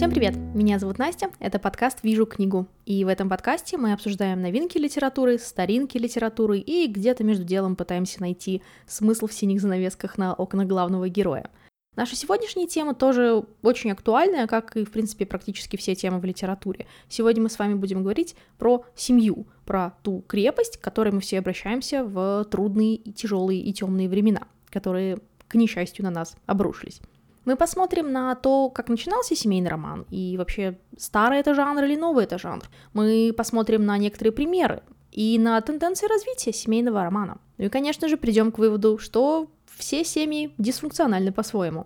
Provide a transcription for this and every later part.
Всем привет! Меня зовут Настя, это подкаст «Вижу книгу». И в этом подкасте мы обсуждаем новинки литературы, старинки литературы и где-то между делом пытаемся найти смысл в синих занавесках на окнах главного героя. Наша сегодняшняя тема тоже очень актуальная, как и, в принципе, практически все темы в литературе. Сегодня мы с вами будем говорить про семью, про ту крепость, к которой мы все обращаемся в трудные, и тяжелые и темные времена, которые, к несчастью, на нас обрушились. Мы посмотрим на то, как начинался семейный роман, и вообще, старый это жанр или новый это жанр. Мы посмотрим на некоторые примеры и на тенденции развития семейного романа. Ну и, конечно же, придем к выводу, что все семьи дисфункциональны по-своему.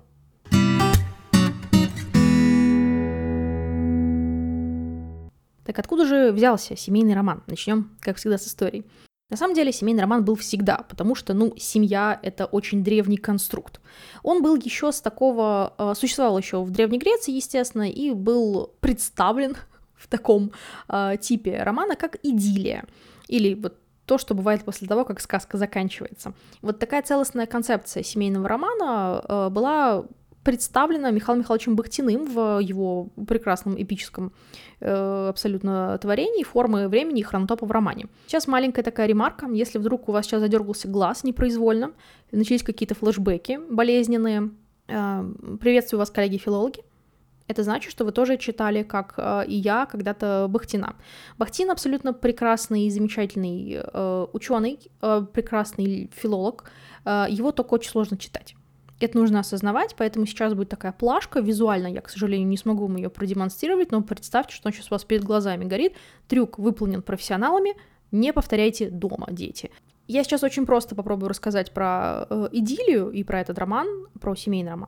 Так откуда же взялся семейный роман? Начнем, как всегда, с истории. На самом деле, семейный роман был всегда, потому что, семья — это очень древний конструкт. Он был еще существовал еще в Древней Греции, естественно, и был представлен в таком типе романа, как идиллия, или вот то, что бывает после того, как сказка заканчивается. Вот такая целостная концепция семейного романа была представлена Михаилом Михайловичем Бахтиным в его прекрасном эпическом абсолютно творении «Формы времени» и «Хронотопа» в романе. Сейчас маленькая такая ремарка. Если вдруг у вас сейчас задергался глаз непроизвольно, начались какие-то флешбеки болезненные, приветствую вас, коллеги-филологи. Это значит, что вы тоже читали, как и я, когда-то Бахтина. Бахтин абсолютно прекрасный и замечательный ученый, прекрасный филолог. Его только очень сложно читать. Это нужно осознавать, поэтому сейчас будет такая плашка. Визуально я, к сожалению, не смогу вам ее продемонстрировать, но представьте, что он сейчас у вас перед глазами горит. Трюк выполнен профессионалами, не повторяйте дома, дети. Я сейчас очень просто попробую рассказать про идиллию и про этот роман, про семейный роман.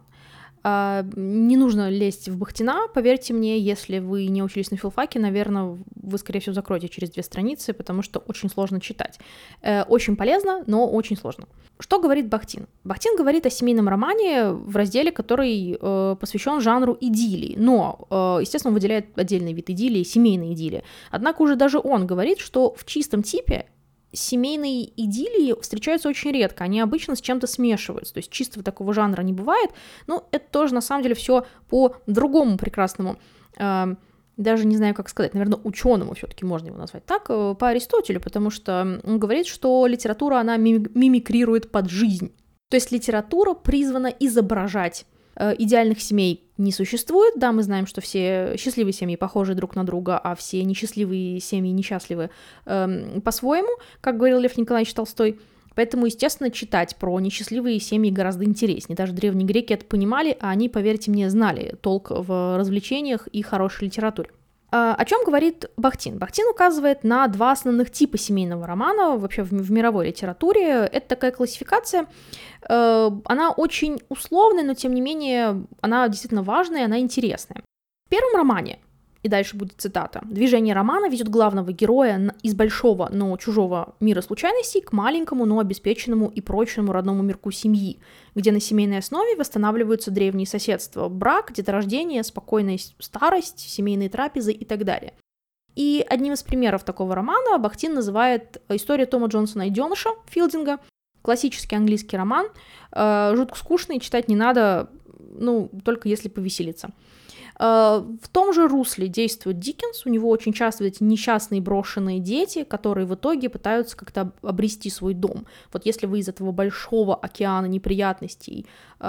Не нужно лезть в Бахтина, поверьте мне, если вы не учились на филфаке, наверное, вы, скорее всего, закроете через 2 страницы, потому что очень сложно читать. Очень полезно, но очень сложно. Что говорит Бахтин? Бахтин говорит о семейном романе в разделе, который посвящен жанру идиллии, но, естественно, он выделяет отдельный вид идиллии, семейной идиллии. Однако уже даже он говорит, что в чистом типе семейные идиллии встречаются очень редко, они обычно с чем-то смешиваются, то есть чистого такого жанра не бывает, но это тоже на самом деле все по другому прекрасному, даже не знаю, как сказать, наверное, ученому все-таки можно его назвать так, по Аристотелю, потому что он говорит, что литература, она мимикрирует под жизнь, то есть литература призвана изображать. Идеальных семей не существует, да, мы знаем, что все счастливые семьи похожи друг на друга, а все несчастливые семьи несчастливы по-своему, как говорил Лев Николаевич Толстой, поэтому, естественно, читать про несчастливые семьи гораздо интереснее, даже древние греки это понимали, а они, поверьте мне, знали толк в развлечениях и хорошей литературе. О чем говорит Бахтин? Бахтин указывает на 2 основных типа семейного романа вообще в мировой литературе. Это такая классификация, она очень условная, но тем не менее она действительно важная, она интересная. В первом романе, и дальше будет цитата, движение романа ведет главного героя из большого, но чужого мира случайностей к маленькому, но обеспеченному и прочному родному мирку семьи, где на семейной основе восстанавливаются древние соседства, брак, деторождение, спокойная старость, семейные трапезы и так далее. И одним из примеров такого романа Бахтин называет историю Тома Джонсона и Деныша Филдинга, классический английский роман, жутко скучный, читать не надо, только если повеселиться. В том же русле действует Диккенс, у него очень часто эти несчастные брошенные дети, которые в итоге пытаются как-то обрести свой дом. Вот если вы из этого большого океана неприятностей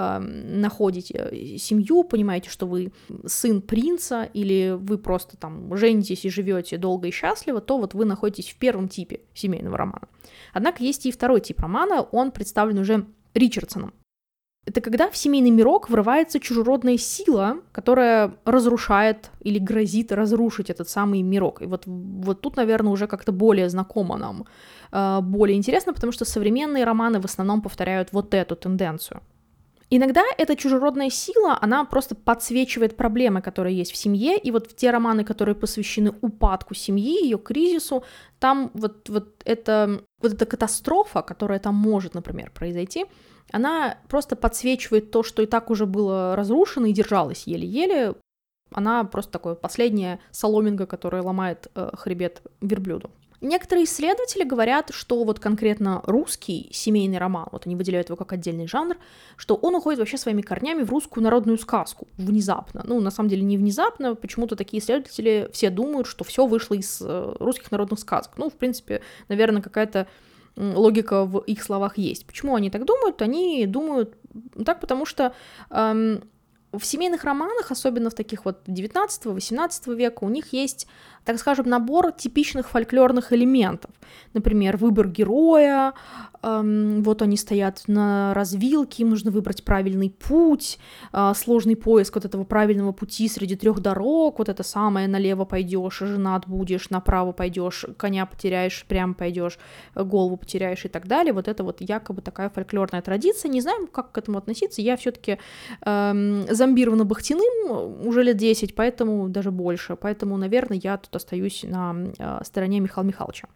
находите семью, понимаете, что вы сын принца или вы просто там женитесь и живете долго и счастливо, то вот вы находитесь в первом типе семейного романа. Однако есть и второй тип романа, он представлен уже Ричардсоном. Это когда в семейный мирок врывается чужеродная сила, которая разрушает или грозит разрушить этот самый мирок. И вот тут, наверное, уже как-то более знакомо нам, более интересно, потому что современные романы в основном повторяют вот эту тенденцию. Иногда эта чужеродная сила, она просто подсвечивает проблемы, которые есть в семье, и вот в те романы, которые посвящены упадку семьи, ее кризису, там вот эта катастрофа, которая там может, например, произойти, она просто подсвечивает то, что и так уже было разрушено и держалось еле-еле. Она просто такая последняя соломинка, которая ломает хребет верблюду. Некоторые исследователи говорят, что вот конкретно русский семейный роман, вот они выделяют его как отдельный жанр, что он уходит вообще своими корнями в русскую народную сказку внезапно. Ну, на самом деле не внезапно, почему-то такие исследователи все думают, что все вышло из русских народных сказок. Ну, в принципе, наверное, какая-то логика в их словах есть. Почему они так думают? Они думают так, потому что в семейных романах, особенно в таких вот 19-18 века, у них есть, так скажем, набор типичных фольклорных элементов. Например, выбор героя, вот они стоят на развилке, им нужно выбрать правильный путь, сложный поиск вот этого правильного пути среди 3 дорог, вот это самое, налево пойдешь, женат будешь, направо пойдешь, коня потеряешь, прямо пойдешь, голову потеряешь и так далее. Вот это вот якобы такая фольклорная традиция. Не знаю, как к этому относиться. Я все-таки зомбирована Бахтиным уже лет 10, поэтому даже больше. Поэтому, наверное, я тут остаюсь на стороне Михаила Михайловича.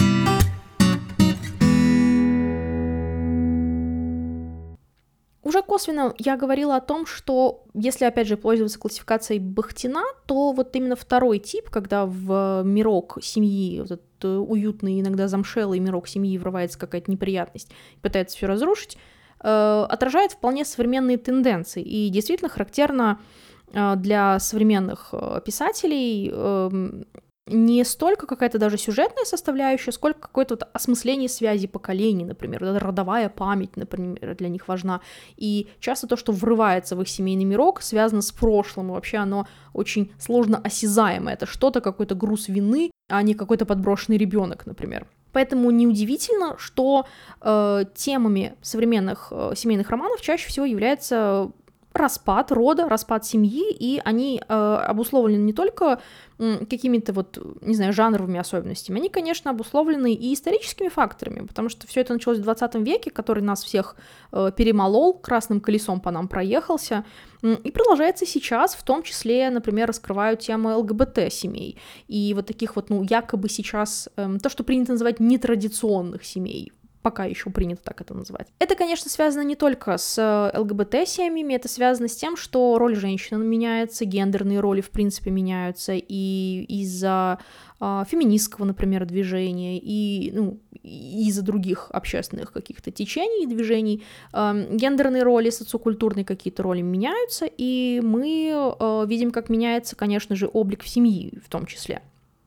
Уже косвенно я говорила о том, что если, опять же, пользоваться классификацией Бахтина, то вот именно второй тип, когда в мирок семьи, вот этот уютный, иногда замшелый мирок семьи врывается какая-то неприятность и пытается все разрушить, отражает вполне современные тенденции и действительно характерно для современных писателей не столько какая-то даже сюжетная составляющая, сколько какое-то вот осмысление связи поколений, например, родовая память, например, для них важна. И часто то, что врывается в их семейный мирок, связано с прошлым, и вообще оно очень сложно осязаемое. Это что-то, какой-то груз вины, а не какой-то подброшенный ребенок, например. Поэтому неудивительно, что темами современных семейных романов чаще всего является распад рода, распад семьи, и они обусловлены не только какими-то вот, не знаю, жанровыми особенностями, они, конечно, обусловлены и историческими факторами, потому что все это началось в 20 веке, который нас всех перемолол, красным колесом по нам проехался, и продолжается сейчас, в том числе, например, раскрывают тему ЛГБТ-семей, и вот таких вот, ну, якобы сейчас, то, что принято называть нетрадиционных семей, пока еще принято так это называть. Это, конечно, связано не только с ЛГБТ-семьями, это связано с тем, что роль женщины меняется, гендерные роли, в принципе, меняются, и из-за феминистского, например, движения, и из-за других общественных каких-то течений и движений гендерные роли, социокультурные какие-то роли меняются, и мы видим, как меняется, конечно же, облик в семьи в том числе.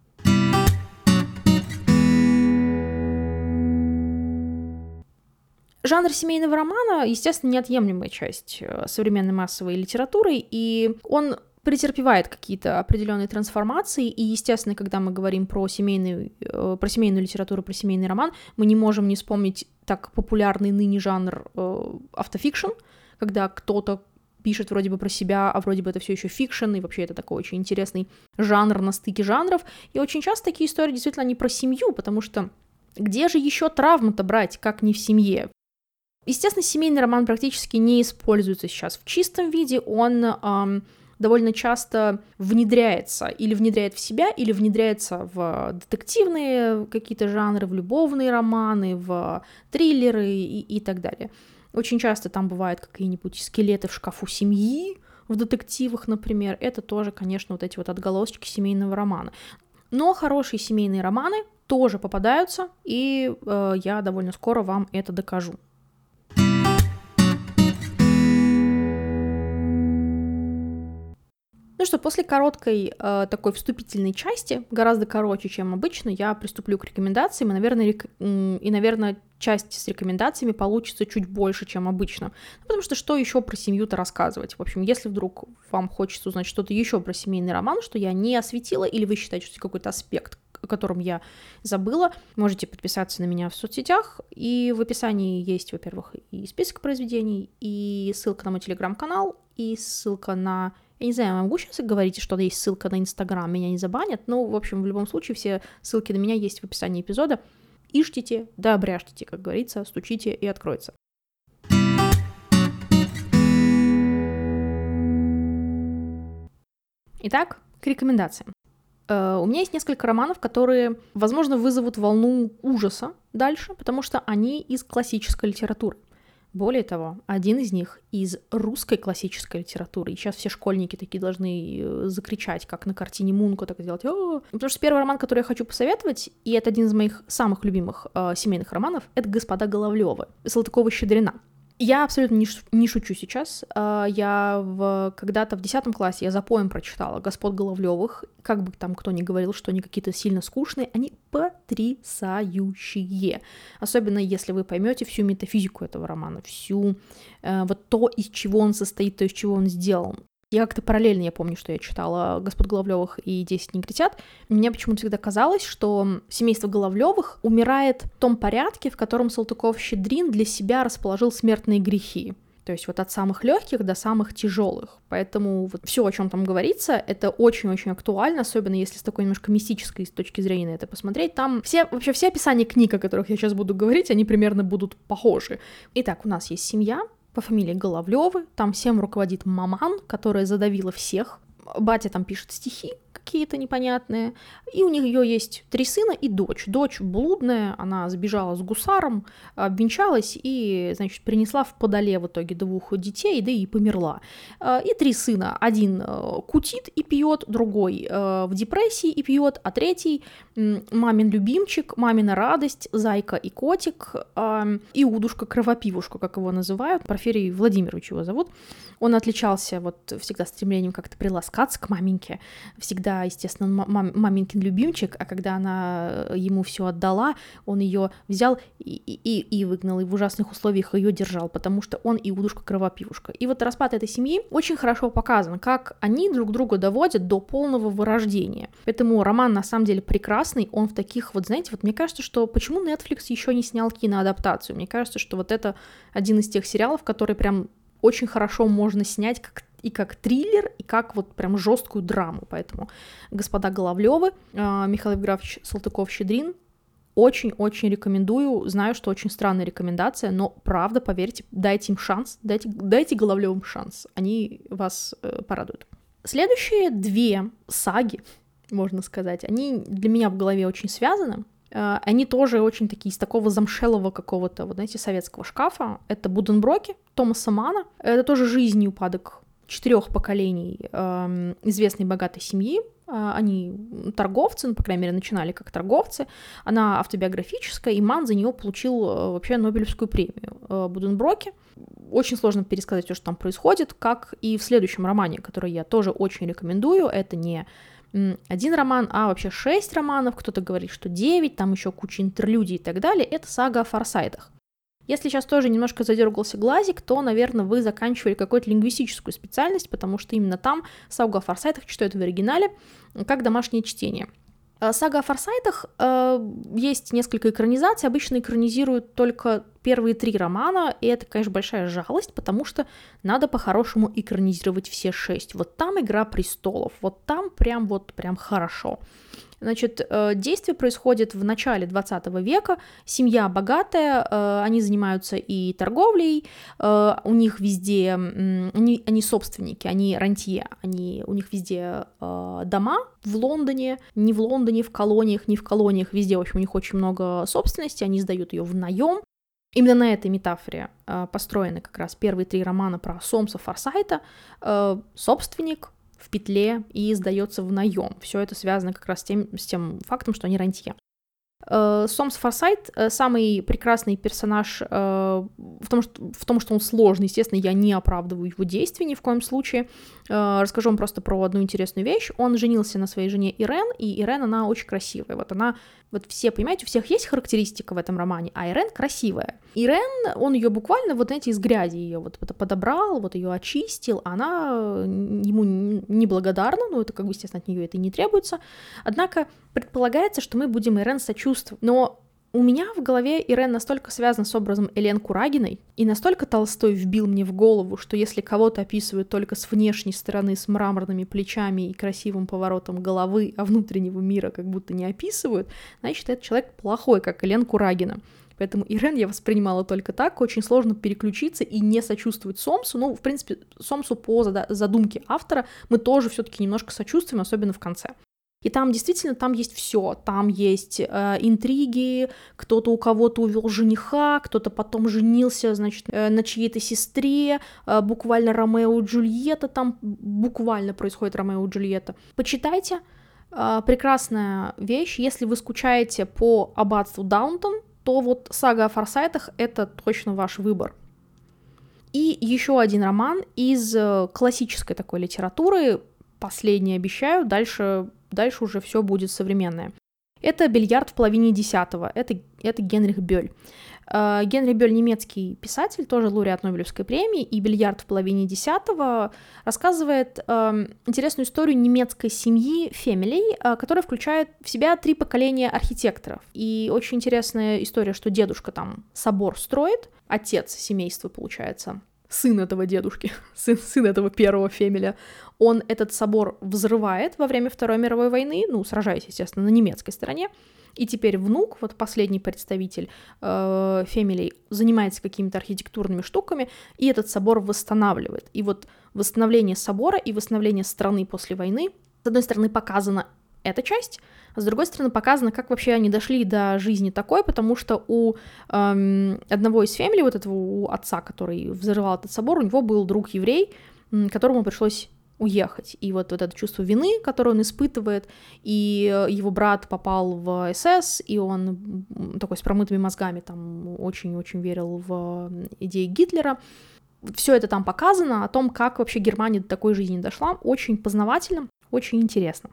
Жанр семейного романа, естественно, неотъемлемая часть современной массовой литературы, и он претерпевает какие-то определенные трансформации, и, естественно, когда мы говорим про семейную литературу, про семейный роман, мы не можем не вспомнить так популярный ныне жанр автофикшн, когда кто-то пишет вроде бы про себя, а вроде бы это все еще фикшн, и вообще это такой очень интересный жанр на стыке жанров, и очень часто такие истории действительно не про семью, потому что где же еще травму-то брать, как не в семье? Естественно, семейный роман практически не используется сейчас в чистом виде, он довольно часто внедряется или внедряет в себя, или внедряется в детективные какие-то жанры, в любовные романы, в триллеры и так далее. Очень часто там бывают какие-нибудь скелеты в шкафу семьи, в детективах, например. Это тоже, конечно, вот эти вот отголосочки семейного романа. Но хорошие семейные романы тоже попадаются, и я довольно скоро вам это докажу. Ну что, после короткой такой вступительной части, гораздо короче, чем обычно, я приступлю к рекомендациям, и, наверное, часть с рекомендациями получится чуть больше, чем обычно. Потому что что еще про семью-то рассказывать? В общем, если вдруг вам хочется узнать что-то еще про семейный роман, что я не осветила, или вы считаете, что это какой-то аспект, о котором я забыла, можете подписаться на меня в соцсетях, и в описании есть, во-первых, и список произведений, и ссылка на мой телеграм-канал, и ссылка на... Я не знаю, могу сейчас говорить, что есть ссылка на Инстаграм, меня не забанят, но, в общем, в любом случае, все ссылки на меня есть в описании эпизода. Ищите, да обряжьте, как говорится, стучите и откроется. Итак, к рекомендациям. У меня есть несколько романов, которые, возможно, вызовут волну ужаса дальше, потому что они из классической литературы. Более того, один из них из русской классической литературы. И сейчас все школьники такие должны закричать, как на картине Мунка, так сделать. «О!» Потому что первый роман, который я хочу посоветовать, и это один из моих самых любимых семейных романов, это «Господа Головлёвы» Салтыкова-Щедрина. Я абсолютно не шучу сейчас. Когда-то в 10 классе я за поем прочитала «Господ Головлёвых». Как бы там кто ни говорил, что они какие-то сильно скучные, они потрясающие. Особенно если вы поймете всю метафизику этого романа, всю вот то, из чего он состоит, то, из чего он сделан. Я как-то параллельно, я помню, что я читала «Господ Головлёвых» и «10 негритят». Мне почему-то всегда казалось, что семейство Головлёвых умирает в том порядке, в котором Салтыков-Щедрин для себя расположил смертные грехи. То есть вот от самых легких до самых тяжелых. Поэтому вот все, о чем там говорится, это очень-очень актуально, особенно если с такой немножко мистической точки зрения на это посмотреть. Там все описания книг, о которых я сейчас буду говорить, они примерно будут похожи. Итак, у нас есть семья по фамилии Головлёвы, там всем руководит маман, которая задавила всех. Батя там пишет стихи какие-то непонятные, и у нее есть 3 сына и дочь. Дочь блудная, она сбежала с гусаром, обвенчалась и, значит, принесла в подоле в итоге 2 детей, да и померла. И 3 сына. Один кутит и пьет, другой в депрессии и пьет, а третий мамин любимчик, мамина радость, зайка и котик, Иудушка-кровопивушка, как его называют. Порфирий Владимирович его зовут. Он отличался вот всегда стремлением как-то приласкаться к маменьке, всегда, естественно, маменькин любимчик, а когда она ему все отдала, он ее взял и выгнал, и в ужасных условиях ее держал, потому что он Иудушка-кровопивушка. И вот распад этой семьи очень хорошо показан, как они друг друга доводят до полного вырождения. Поэтому роман на самом деле прекрасный, он в таких вот, знаете, вот мне кажется, что почему Netflix еще не снял киноадаптацию? Мне кажется, что вот это один из тех сериалов, который прям очень хорошо можно снять как триллер, и как вот прям жесткую драму. Поэтому «Господа Головлёвы», Михаил Евграфович Салтыков-Щедрин, очень-очень рекомендую. Знаю, что очень странная рекомендация, но правда, поверьте, дайте им шанс, дайте Головлёвым шанс, они вас порадуют. Следующие 2 саги, можно сказать, они для меня в голове очень связаны. Они тоже очень такие из такого замшелого какого-то, вот знаете, советского шкафа. Это «Буденброки» Томаса Манна. Это тоже жизнь и упадок 4 поколений известной богатой семьи. Они торговцы, ну, по крайней мере, начинали как торговцы. Она автобиографическая, и Манн за нее получил вообще Нобелевскую премию. «Буденброки». Очень сложно пересказать то, что там происходит, как и в следующем романе, который я тоже очень рекомендую. Это не 1 роман, а вообще 6 романов, кто-то говорит, что 9, там еще куча интерлюдий и так далее. Это сага о Форсайтах. Если сейчас тоже немножко задергался глазик, то, наверное, вы заканчивали какую-то лингвистическую специальность, потому что именно там сагу о Форсайтах читают в оригинале как домашнее чтение. Сага о Форсайтах, есть несколько экранизаций, обычно экранизируют только первые 3 романа, и это, конечно, большая жалость, потому что надо по-хорошему экранизировать все 6. Вот там «Игра престолов», вот там прям хорошо. Значит, действие происходит в начале 20 века, семья богатая, они занимаются и торговлей, у них везде, они собственники, они рантье, у них везде дома в Лондоне, не в колониях, не в колониях, везде, в общем, у них очень много собственности, они сдают ее в наем. Именно на этой метафоре построены как раз первые 3 романа про Сомса Форсайта. Собственник в петле и сдается в наем. Все это связано как раз с тем фактом, что они рантье. Сомс Форсайт самый прекрасный персонаж в том, что он сложный. Естественно, я не оправдываю его действий ни в коем случае. Расскажу вам просто про одну интересную вещь. Он женился на своей жене Ирен, и Ирен, она очень красивая. Вот все, понимаете, у всех есть характеристика в этом романе, а Ирен красивая. Ирен, он ее буквально, вот знаете, из грязи ее вот подобрал, вот ее очистил, она ему неблагодарна, ну это как бы, естественно, от нее это и не требуется. Однако предполагается, что мы будем Ирен сочувствовать. Но у меня в голове Ирен настолько связана с образом Элен Курагиной, и настолько Толстой вбил мне в голову, что если кого-то описывают только с внешней стороны, с мраморными плечами и красивым поворотом головы, а внутреннего мира как будто не описывают, значит, этот человек плохой, как Элен Курагина. Поэтому Ирен я воспринимала только так, очень сложно переключиться и не сочувствовать Сомсу. Ну, в принципе, Сомсу по задумке автора мы тоже все-таки немножко сочувствуем, особенно в конце. И там действительно, там есть все. Там есть интриги, кто-то у кого-то увел жениха, кто-то потом женился, значит, на чьей-то сестре, буквально Ромео и Джульетта, там буквально происходит Ромео и Джульетта. Почитайте, прекрасная вещь. Если вы скучаете по аббатству Даунтон, то вот сага о Форсайтах — это точно ваш выбор. И еще один роман из классической такой литературы, последний обещаю, дальше уже все будет современное. Это «Бильярд в половине 10-го», это Генрих Бёль. Генрих Бёль — немецкий писатель, тоже лауреат Нобелевской премии, и «Бильярд в половине 10-го» рассказывает интересную историю немецкой семьи Фемелей, которая включает в себя 3 поколения архитекторов. И очень интересная история, что дедушка там собор строит, отец семейства, получается, сын этого дедушки, сын этого первого Фемеля, он этот собор взрывает во время Второй мировой войны, сражаясь, естественно, на немецкой стороне, и теперь внук, вот последний представитель Фемелей, занимается какими-то архитектурными штуками, и этот собор восстанавливает. И вот восстановление собора и восстановление страны после войны, с одной стороны, показана эта часть, а с другой стороны, показано, как вообще они дошли до жизни такой, потому что у одного из Фемелей, вот этого у отца, который взрывал этот собор, у него был друг-еврей, которому пришлось уехать. И вот это чувство вины, которое он испытывает, и его брат попал в СС, и он такой с промытыми мозгами там очень-очень верил в идеи Гитлера. Все это там показано, о том, как вообще Германия до такой жизни дошла. Очень познавательно, очень интересно.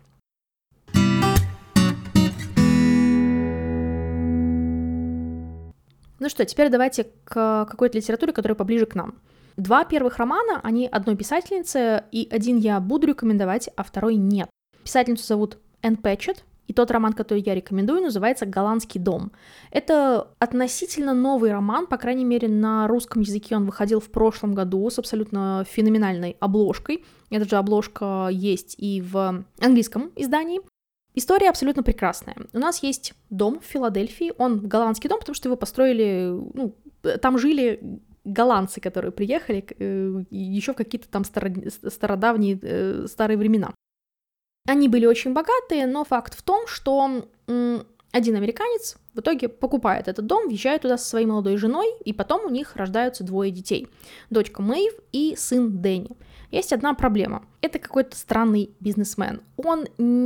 Ну что, теперь давайте к какой-то литературе, которая поближе к нам. 2 первых романа, они одной писательницы, и один я буду рекомендовать, а второй нет. Писательницу зовут Энн Пэтчетт, и тот роман, который я рекомендую, называется «Голландский дом». Это относительно новый роман, по крайней мере, на русском языке он выходил в прошлом году с абсолютно феноменальной обложкой. Эта же обложка есть и в английском издании. История абсолютно прекрасная. У нас есть дом в Филадельфии, он голландский дом, потому что его построили, там жили голландцы, которые приехали еще в какие-то там стародавние старые времена. Они были очень богатые, но факт в том, что один американец в итоге покупает этот дом, въезжает туда со своей молодой женой, и потом у них рождаются 2 детей. Дочка Мэйв и сын Дэнни. Есть одна проблема. Это какой-то странный бизнесмен. Он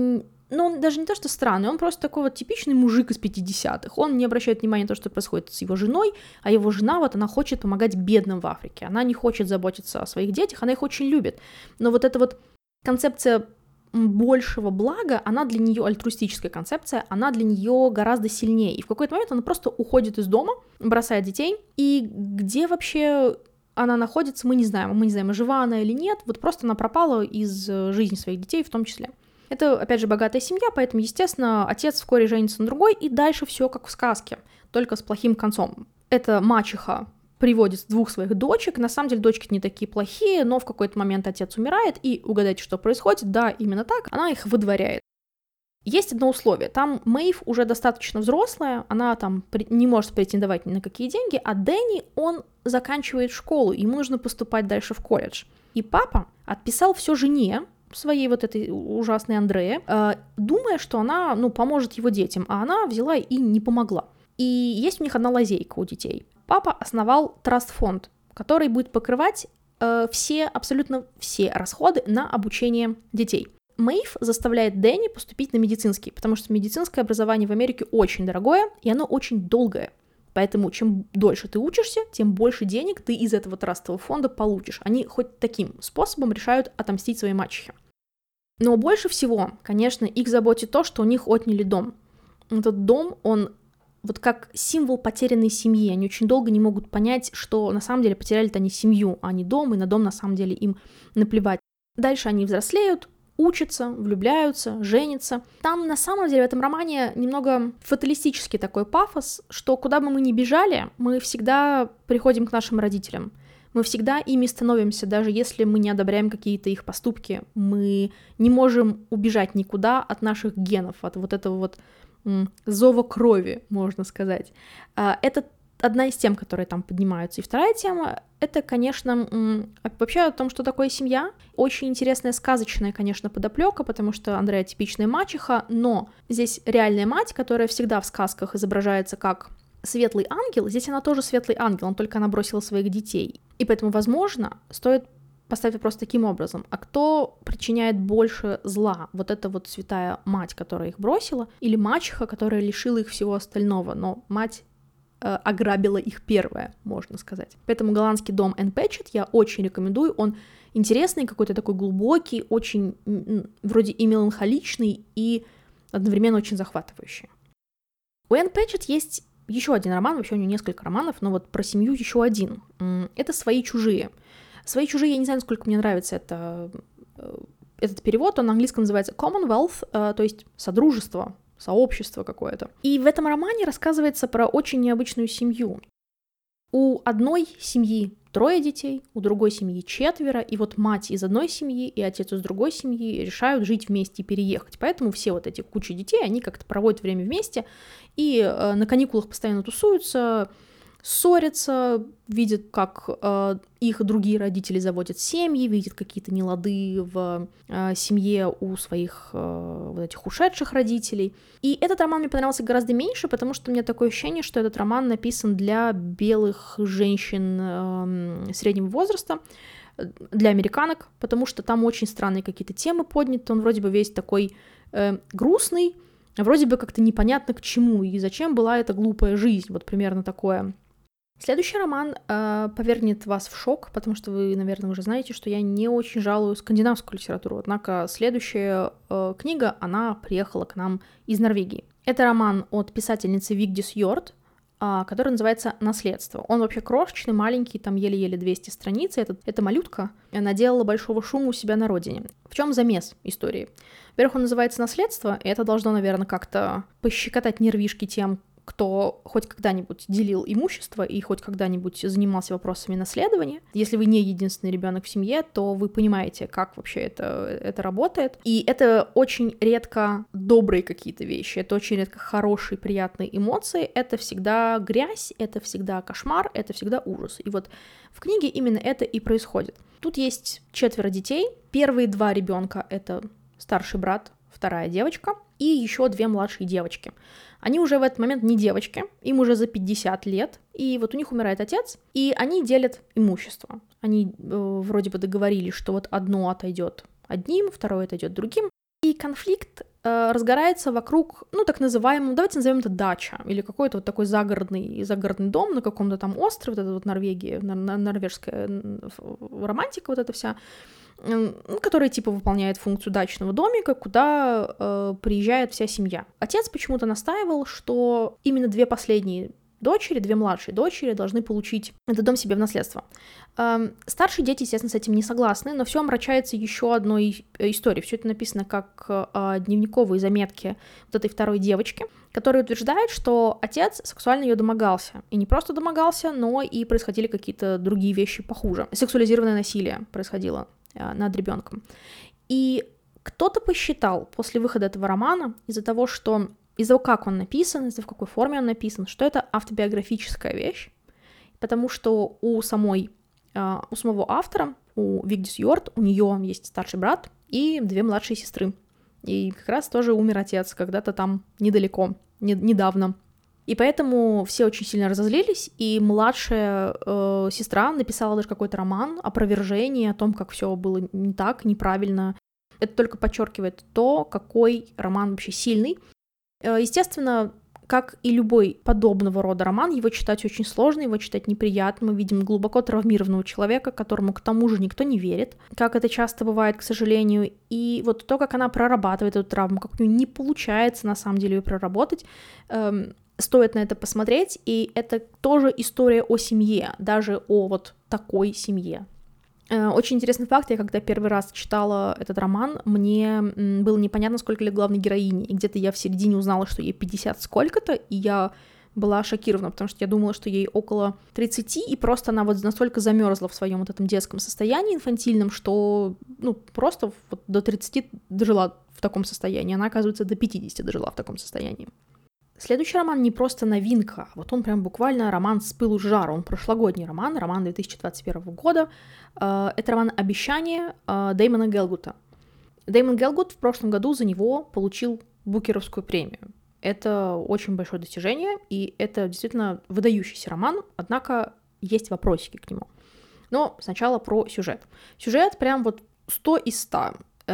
даже не то, что странный, он просто такой вот типичный мужик из 50-х. Он не обращает внимания на то, что происходит с его женой, а его жена, вот она хочет помогать бедным в Африке. Она не хочет заботиться о своих детях, она их очень любит. Но вот эта вот концепция большего блага, она для нее, альтруистическая концепция, она для нее гораздо сильнее. И в какой-то момент она просто уходит из дома, бросает детей, и где вообще она находится, мы не знаем, жива она или нет, вот просто она пропала из жизни своих детей в том числе. Это, опять же, богатая семья, поэтому, естественно, отец вскоре женится на другой, и дальше все как в сказке, только с плохим концом. Эта мачеха приводит 2 своих дочек, на самом деле дочки не такие плохие, но в какой-то момент отец умирает, и угадайте, что происходит, да, именно так, она их выдворяет. Есть одно условие, там Мэйв уже достаточно взрослая, она там не может претендовать ни на какие деньги, а Дэнни, он заканчивает школу, ему нужно поступать дальше в колледж. И папа отписал все жене, своей вот этой ужасной Андре, думая, что она, поможет его детям, а она взяла и не помогла. И есть у них одна лазейка у детей. Папа основал траст-фонд, который будет покрывать абсолютно все расходы на обучение детей. Мэйв заставляет Дэнни поступить на медицинский, потому что медицинское образование в Америке очень дорогое, и оно очень долгое. Поэтому чем дольше ты учишься, тем больше денег ты из этого трастового фонда получишь. Они хоть таким способом решают отомстить своей мачехе. Но больше всего, конечно, их заботит то, что у них отняли дом. Этот дом, он вот как символ потерянной семьи. Они очень долго не могут понять, что на самом деле потеряли-то они семью, а не дом, и на дом на самом деле им наплевать. Дальше они взрослеют, учатся, влюбляются, женятся. Там, на самом деле, в этом романе немного фаталистический такой пафос, что куда бы мы ни бежали, мы всегда приходим к нашим родителям. Мы всегда ими становимся, даже если мы не одобряем какие-то их поступки. Мы не можем убежать никуда от наших генов, от вот этого вот зова крови, можно сказать. Это одна из тем, которые там поднимаются. И вторая тема — это, конечно, вообще о том, что такое семья. Очень интересная, сказочная, конечно, подоплека, потому что Андреа типичная мачеха, но здесь реальная мать, которая всегда в сказках изображается как светлый ангел, здесь она тоже светлый ангел, но только она бросила своих детей. И поэтому, возможно, стоит поставить вопрос таким образом: а кто причиняет больше зла? Вот эта вот святая мать, которая их бросила, или мачеха, которая лишила их всего остального, но мать ограбила их первая, можно сказать. Поэтому голландский дом Энн Пэтчет я очень рекомендую. Он интересный, какой-то такой глубокий, очень вроде и меланхоличный, и одновременно очень захватывающий. У Энн Пэтчет есть еще один роман, вообще у нее несколько романов, но вот про семью еще один. Это «Свои чужие». «Свои чужие», я не знаю, насколько мне нравится этот перевод, он на английском называется Commonwealth, то есть содружество, сообщество какое-то. И в этом романе рассказывается про очень необычную семью. У одной семьи 3 детей, у другой семьи 4, и вот мать из одной семьи и отец из другой семьи решают жить вместе и переехать. Поэтому все вот эти кучи детей, они как-то проводят время вместе и на каникулах постоянно тусуются, ссорятся, видят, как их другие родители заводят семьи, видят какие-то нелады в семье у своих вот этих ушедших родителей. И этот роман мне понравился гораздо меньше, потому что у меня такое ощущение, что этот роман написан для белых женщин среднего возраста, для американок, потому что там очень странные какие-то темы подняты, он вроде бы весь такой грустный, вроде бы как-то непонятно к чему и зачем была эта глупая жизнь, вот примерно такое. Следующий роман повергнет вас в шок, потому что вы, наверное, уже знаете, что я не очень жалую скандинавскую литературу, однако следующая книга, она приехала к нам из Норвегии. Это роман от писательницы Вигдис Йорд, который называется «Наследство». Он вообще крошечный, маленький, там еле-еле 200 страниц. Эта малютка наделала большого шума у себя на родине. В чем замес истории? Во-первых, он называется «Наследство», и это должно, наверное, как-то пощекотать нервишки тем, кто хоть когда-нибудь делил имущество и хоть когда-нибудь занимался вопросами наследования. Если вы не единственный ребенок в семье, то вы понимаете, как вообще это работает. И это очень редко добрые какие-то вещи, это очень редко хорошие, приятные эмоции, это всегда грязь, это всегда кошмар, это всегда ужас. И вот в книге именно это и происходит. Тут есть 4 детей. Первые 2 ребенка — это старший брат, вторая девочка, и еще 2 младшие девочки. Они уже в этот момент не девочки, им уже за 50 лет, и вот у них умирает отец, и они делят имущество. Они вроде бы договорились, что вот одно отойдет одним, второе отойдет другим, и конфликт разгорается вокруг, так называемого, давайте назовем это дача, или какой-то вот такой загородный дом на каком-то там острове, вот это вот Норвегия, норвежская романтика вот эта вся, который типа выполняет функцию дачного домика, куда приезжает вся семья. Отец почему-то настаивал, что именно 2 последние дочери, 2 младшие дочери должны получить этот дом себе в наследство. Старшие дети, естественно, с этим не согласны, но все омрачается еще одной историей. Все это написано как дневниковые заметки вот этой второй девочки, которая утверждает, что отец сексуально ее домогался. И не просто домогался, но и происходили какие-то другие вещи похуже. Сексуализированное насилие происходило над ребенком. И кто-то посчитал после выхода этого романа, из-за того, как он написан, из-за в какой форме он написан, что это автобиографическая вещь, потому что у самого автора, у Вигдис Йорд, у нее есть старший брат и 2 младшие сестры. И как раз тоже умер отец когда-то там недалеко, недавно. И поэтому все очень сильно разозлились, и младшая сестра написала даже какой-то роман, опровержение о том, как все было не так, неправильно. Это только подчеркивает то, какой роман вообще сильный. Естественно, как и любой подобного рода роман, его читать очень сложно, его читать неприятно. Мы видим глубоко травмированного человека, которому к тому же никто не верит, как это часто бывает, к сожалению. И вот то, как она прорабатывает эту травму, как у нее не получается на самом деле ее проработать, стоит на это посмотреть, и это тоже история о семье, даже о вот такой семье. Очень интересный факт, я когда первый раз читала этот роман, мне было непонятно, сколько лет главной героине, и где-то я в середине узнала, что ей 50 сколько-то, и я была шокирована, потому что я думала, что ей около 30, и просто она вот настолько замерзла в своем вот этом детском состоянии инфантильном, что, просто вот до 30 дожила в таком состоянии, она, оказывается, до 50 дожила в таком состоянии. Следующий роман не просто новинка, вот он прям буквально роман с пылу с жару, он прошлогодний роман 2021 года. Это роман «Обещание» Дэймона Гелгута. Дэймон Гелгут в прошлом году за него получил Букеровскую премию. Это очень большое достижение, и это действительно выдающийся роман, однако есть вопросики к нему. Но сначала про сюжет. Сюжет прям вот 100 из 100.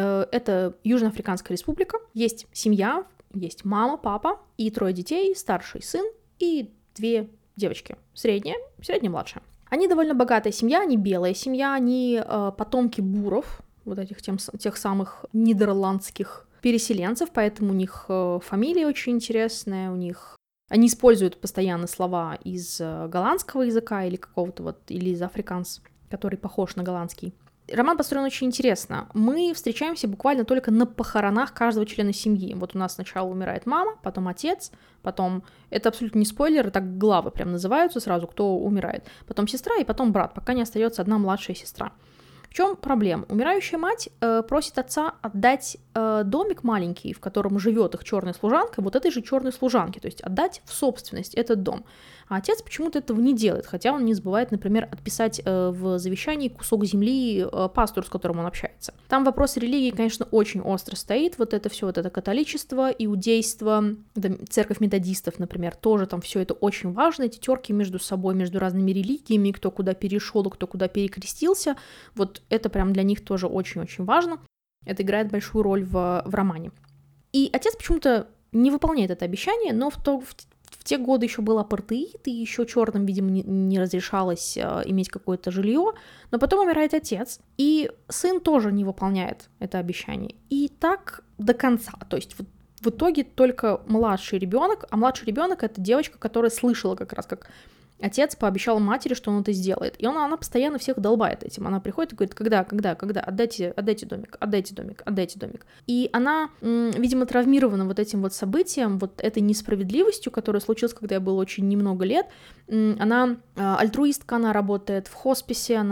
Это Южноафриканская республика, есть семья, есть мама, папа и 3 детей, старший сын и 2 девочки, средняя, младшая. Они довольно богатая семья, они белая семья, они потомки буров, вот этих тех самых нидерландских переселенцев, поэтому у них фамилия очень интересная, они используют постоянно слова из голландского языка или какого-то или из африканс, который похож на голландский. Роман построен очень интересно. Мы встречаемся буквально только на похоронах каждого члена семьи. Вот у нас сначала умирает мама, потом отец, потом... Это абсолютно не спойлер, так главы прям называются сразу, кто умирает. Потом сестра и потом брат, пока не остается одна младшая сестра. В чем проблема? Умирающая мать просит отца отдать домик маленький, в котором живет их черная служанка, вот этой же черной служанке, то есть отдать в собственность этот дом. А отец почему-то этого не делает, хотя он не забывает, например, отписать в завещании кусок земли пастору, с которым он общается. Там вопрос религии, конечно, очень остро стоит, вот это все, вот это католичество, иудейство, церковь методистов, например, тоже там все это очень важно, эти терки между собой, между разными религиями, кто куда перешел, кто куда перекрестился, вот это прям для них тоже очень-очень важно. Это играет большую роль в романе. И отец почему-то не выполняет это обещание, но в те годы еще был апартеид, и еще черным, видимо, не разрешалось иметь какое-то жилье, но потом умирает отец, и сын тоже не выполняет это обещание. И так до конца. То есть в итоге только младший ребенок, а младший ребенок это девочка, которая слышала как раз, как отец пообещал матери, что он это сделает. И она постоянно всех долбает этим. Она приходит и говорит, когда, отдайте домик. И она, видимо, травмирована вот этим вот событием, вот этой несправедливостью, которая случилась, когда ей было очень немного лет. Она альтруистка, она работает в хосписе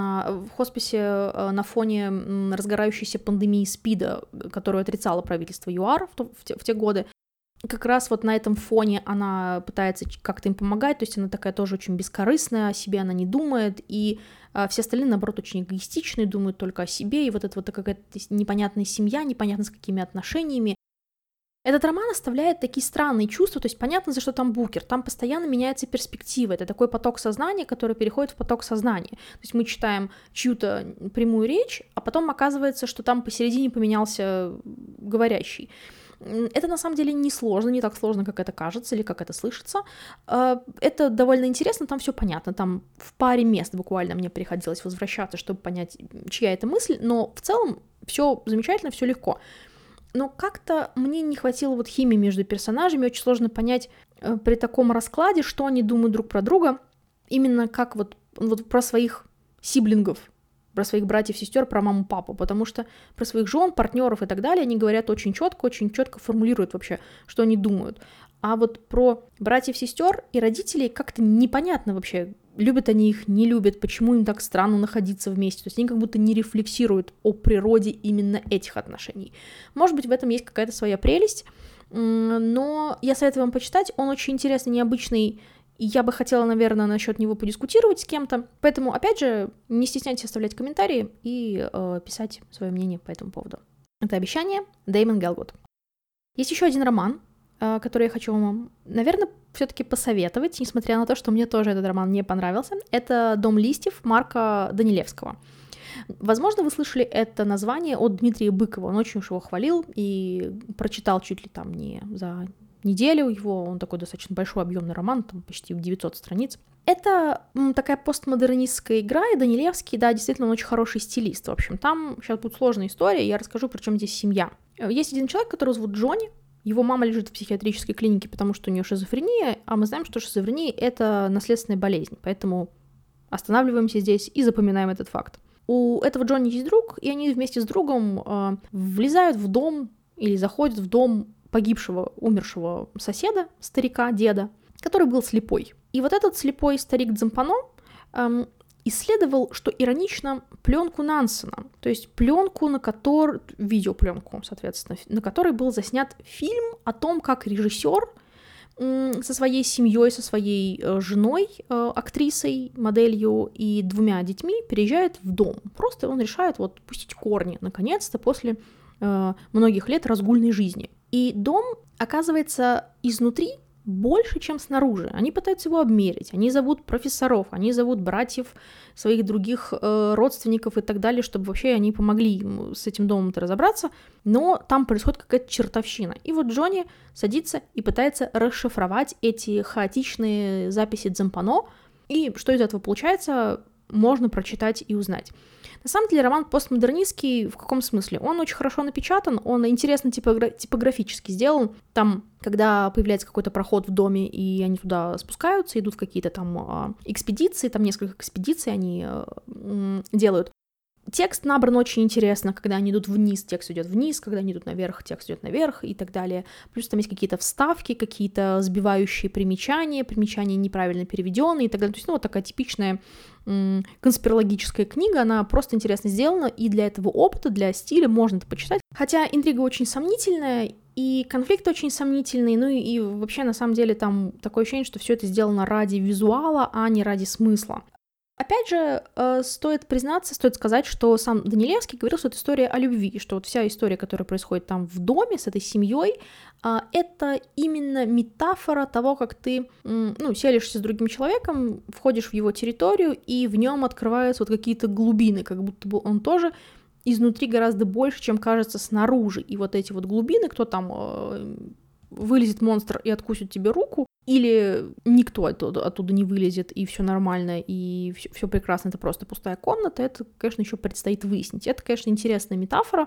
на фоне разгорающейся пандемии СПИДа, которую отрицало правительство ЮАР в те годы. Как раз вот на этом фоне она пытается как-то им помогать, то есть она такая тоже очень бескорыстная, о себе она не думает, и все остальные, наоборот, очень эгоистичные, думают только о себе, и вот это вот какая-то непонятная семья, непонятно с какими отношениями. Этот роман оставляет такие странные чувства, то есть понятно, за что там Букер, там постоянно меняется перспектива, это такой поток сознания, который переходит в поток сознания. То есть мы читаем чью-то прямую речь, а потом оказывается, что там посередине поменялся говорящий. Это на самом деле не сложно, не так сложно, как это кажется или как это слышится. Это довольно интересно, там все понятно, там в паре мест буквально мне приходилось возвращаться, чтобы понять, чья это мысль, но в целом все замечательно, все легко. Но как-то мне не хватило вот химии между персонажами, очень сложно понять при таком раскладе, что они думают друг про друга, именно как вот про своих сиблингов, про своих братьев, сестер, про маму, папу, потому что про своих жен, партнеров и так далее они говорят очень четко формулируют вообще, что они думают. А вот про братьев, сестер и родителей как-то непонятно вообще, любят они их, не любят, почему им так странно находиться вместе. То есть они как будто не рефлексируют о природе именно этих отношений. Может быть, в этом есть какая-то своя прелесть, но я советую вам почитать, он очень интересный, необычный. И я бы хотела, наверное, насчет него подискутировать с кем-то. Поэтому, опять же, не стесняйтесь оставлять комментарии и писать свое мнение по этому поводу. Это «Обещание» Дэймон Гелгут. Есть еще один роман, который я хочу вам, наверное, все-таки посоветовать, несмотря на то, что мне тоже этот роман не понравился. Это «Дом листьев» Марка Данилевского. Возможно, вы слышали это название от Дмитрия Быкова. Он очень уж его хвалил и прочитал чуть ли там не за неделю его, он такой достаточно большой объемный роман, там почти 900 страниц. Это такая постмодернистская игра, и Данилевский, да, действительно, он очень хороший стилист. В общем, там сейчас будет сложная история, я расскажу, при чем здесь семья. Есть один человек, которого зовут Джонни, его мама лежит в психиатрической клинике, потому что у нее шизофрения, а мы знаем, что шизофрения — это наследственная болезнь, поэтому останавливаемся здесь и запоминаем этот факт. У этого Джонни есть друг, и они вместе с другом влезают в дом или заходят в дом погибшего, умершего соседа, старика, деда, который был слепой. И вот этот слепой старик Дзампано исследовал, что иронично, пленку Нансена, то есть пленку, видеопленку, соответственно, на которой был заснят фильм о том, как режиссер со своей семьей, со своей женой, актрисой, моделью и 2 детьми переезжает в дом. Просто он решает вот пустить корни, наконец-то, после многих лет разгульной жизни. И дом оказывается изнутри больше, чем снаружи. Они пытаются его обмерить, они зовут профессоров, они зовут братьев, своих других родственников и так далее, чтобы вообще они помогли им с этим домом-то разобраться, но там происходит какая-то чертовщина. И вот Джонни садится и пытается расшифровать эти хаотичные записи Дзампано, и что из этого получается, можно прочитать и узнать. На самом деле роман постмодернистский в каком смысле? Он очень хорошо напечатан, он интересно типографически сделан. Там, когда появляется какой-то проход в доме, и они туда спускаются, идут в какие-то там экспедиции, там несколько экспедиций они делают. Текст набран очень интересно, когда они идут вниз, текст идет вниз, когда они идут наверх, текст идет наверх и так далее. Плюс там есть какие-то вставки, какие-то сбивающие примечания неправильно переведенные и так далее. То есть, вот такая типичная конспирологическая книга, она просто интересно сделана, и для этого опыта, для стиля можно это почитать. Хотя интрига очень сомнительная, и конфликт очень сомнительный, ну и вообще, на самом деле, там такое ощущение, что все это сделано ради визуала, а не ради смысла. Опять же, стоит сказать, что сам Данилевский говорил, что это история о любви, что вот вся история, которая происходит там в доме с этой семьей, это именно метафора того, как ты, селишься с другим человеком, входишь в его территорию, и в нем открываются вот какие-то глубины, как будто бы он тоже изнутри гораздо больше, чем кажется снаружи. И вот эти вот глубины, кто там вылезет монстр и откусит тебе руку, или никто оттуда не вылезет, и все нормально, и все прекрасно, это просто пустая комната, это, конечно, еще предстоит выяснить. Это, конечно, интересная метафора,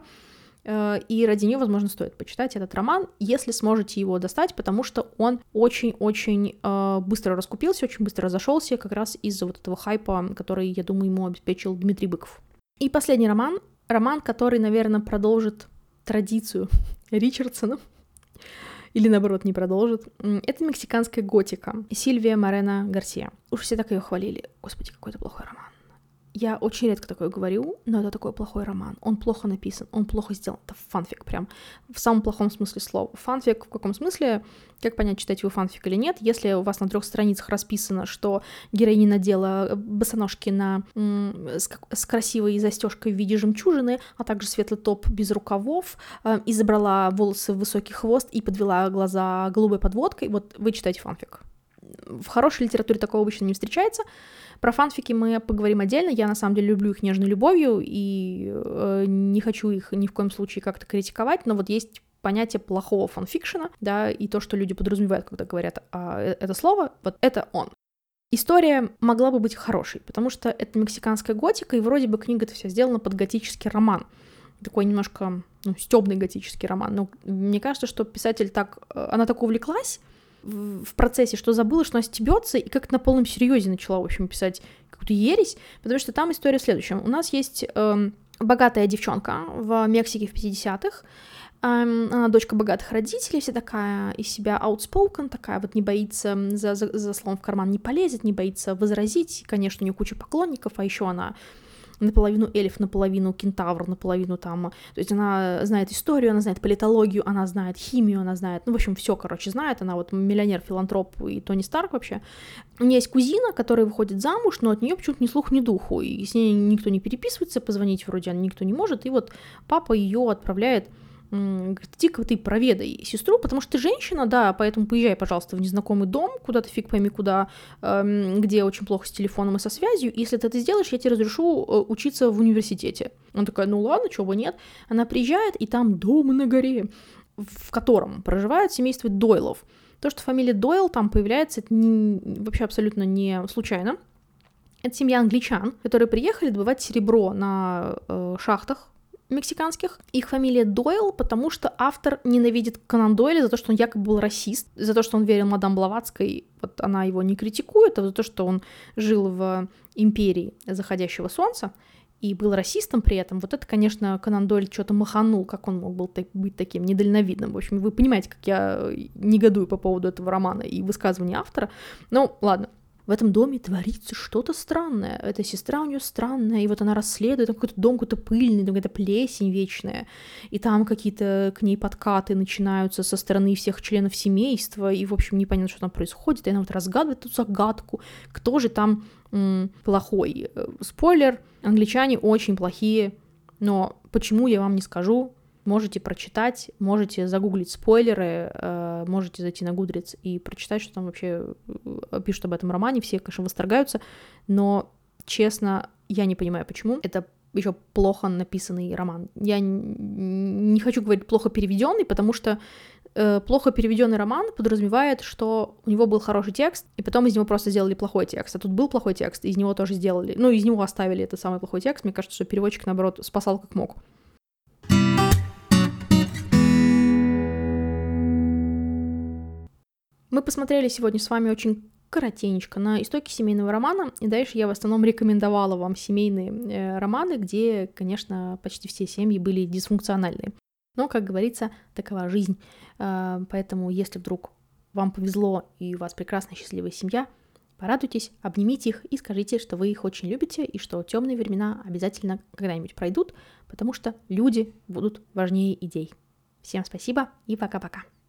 и ради нее, возможно, стоит почитать этот роман, если сможете его достать, потому что он очень-очень быстро раскупился, очень быстро разошелся, как раз из-за вот этого хайпа, который, я думаю, ему обеспечил Дмитрий Быков. И последний роман, который, наверное, продолжит традицию Ричардсона, или, наоборот, не продолжит. Это мексиканская готика. Сильвия Морено Гарсия. Уж все так ее хвалили. Господи, какой это плохой роман. Я очень редко такое говорю, но это такой плохой роман. Он плохо написан, он плохо сделан. Это фанфик прям. В самом плохом смысле слова. Фанфик в каком смысле? Как понять, читаете вы фанфик или нет? Если у вас на 3 страницах расписано, что героиня надела босоножки с красивой застежкой в виде жемчужины, а также светлый топ без рукавов, и забрала волосы в высокий хвост и подвела глаза голубой подводкой, вот вы читаете фанфик. В хорошей литературе такого обычно не встречается. Про фанфики мы поговорим отдельно. Я, на самом деле, люблю их нежной любовью и не хочу их ни в коем случае как-то критиковать, но вот есть понятие плохого фанфикшена, да, и то, что люди подразумевают, когда говорят это слово, вот это он. История могла бы быть хорошей, потому что это мексиканская готика, и вроде бы книга-то вся сделана под готический роман. Такой немножко, стёбный готический роман. Но мне кажется, что писатель она так увлеклась в процессе, что забыла, что она стебется, и как-то на полном серьезе начала, в общем, писать какую-то ересь, потому что там история в следующем. У нас есть богатая девчонка в Мексике в 50-х, она дочка богатых родителей, вся такая из себя outspoken, такая вот не боится за словом в карман не полезет, не боится возразить, конечно, у нее куча поклонников, а еще она наполовину эльф, наполовину кентавр, наполовину там... То есть она знает историю, она знает политологию, она знает химию, она знает... в общем, все, знает. Она вот миллионер, филантроп и Тони Старк вообще. У нее есть кузина, которая выходит замуж, но от нее почему-то ни слуху, ни духу. И с ней никто не переписывается, позвонить вроде никто не может. И вот папа ее отправляет... Говорит, иди-ка ты проведай сестру, потому что ты женщина, да, поэтому поезжай, пожалуйста, в незнакомый дом, куда-то фиг пойми куда, где очень плохо с телефоном и со связью, и если ты это сделаешь, я тебе разрешу учиться в университете. Она такая, ну ладно, чего бы нет. Она приезжает, и там дом на горе, в котором проживает семейство Дойлов. То, что фамилия Дойл там появляется, это вообще абсолютно не случайно. Это семья англичан, которые приехали добывать серебро на шахтах мексиканских. Их фамилия Дойл, потому что автор ненавидит Конан Дойля за то, что он якобы был расист, за то, что он верил мадам Блаватской, вот она его не критикует, а за то, что он жил в империи заходящего солнца и был расистом при этом. Вот это, конечно, Конан Дойль что-то маханул, как он мог быть таким недальновидным. В общем, вы понимаете, как я негодую по поводу этого романа и высказывания автора. Ну, ладно. в этом доме творится что-то странное. Эта сестра у нее странная, и вот она расследует, там какой-то дом какой-то пыльный, там какая-то плесень вечная, и там какие-то к ней подкаты начинаются со стороны всех членов семейства, и, в общем, непонятно, что там происходит, и она вот разгадывает эту загадку, кто же там плохой. Спойлер, англичане очень плохие, но почему, я вам не скажу. Можете прочитать, можете загуглить спойлеры, можете зайти на Goodreads и прочитать, что там вообще пишут об этом романе. Все, конечно, восторгаются, но, честно, я не понимаю, почему. Это еще плохо написанный роман. Я не хочу говорить плохо переведенный, потому что плохо переведенный роман подразумевает, что у него был хороший текст, и потом из него просто сделали плохой текст. А тут был плохой текст, из него тоже сделали, из него оставили этот самый плохой текст. Мне кажется, что переводчик, наоборот, спасал как мог. Мы посмотрели сегодня с вами очень коротенечко на истоки семейного романа, и дальше я в основном рекомендовала вам семейные романы, где, конечно, почти все семьи были дисфункциональные. Но, как говорится, такова жизнь. Поэтому, если вдруг вам повезло и у вас прекрасная счастливая семья, порадуйтесь, обнимите их и скажите, что вы их очень любите и что темные времена обязательно когда-нибудь пройдут, потому что люди будут важнее идей. Всем спасибо и пока-пока.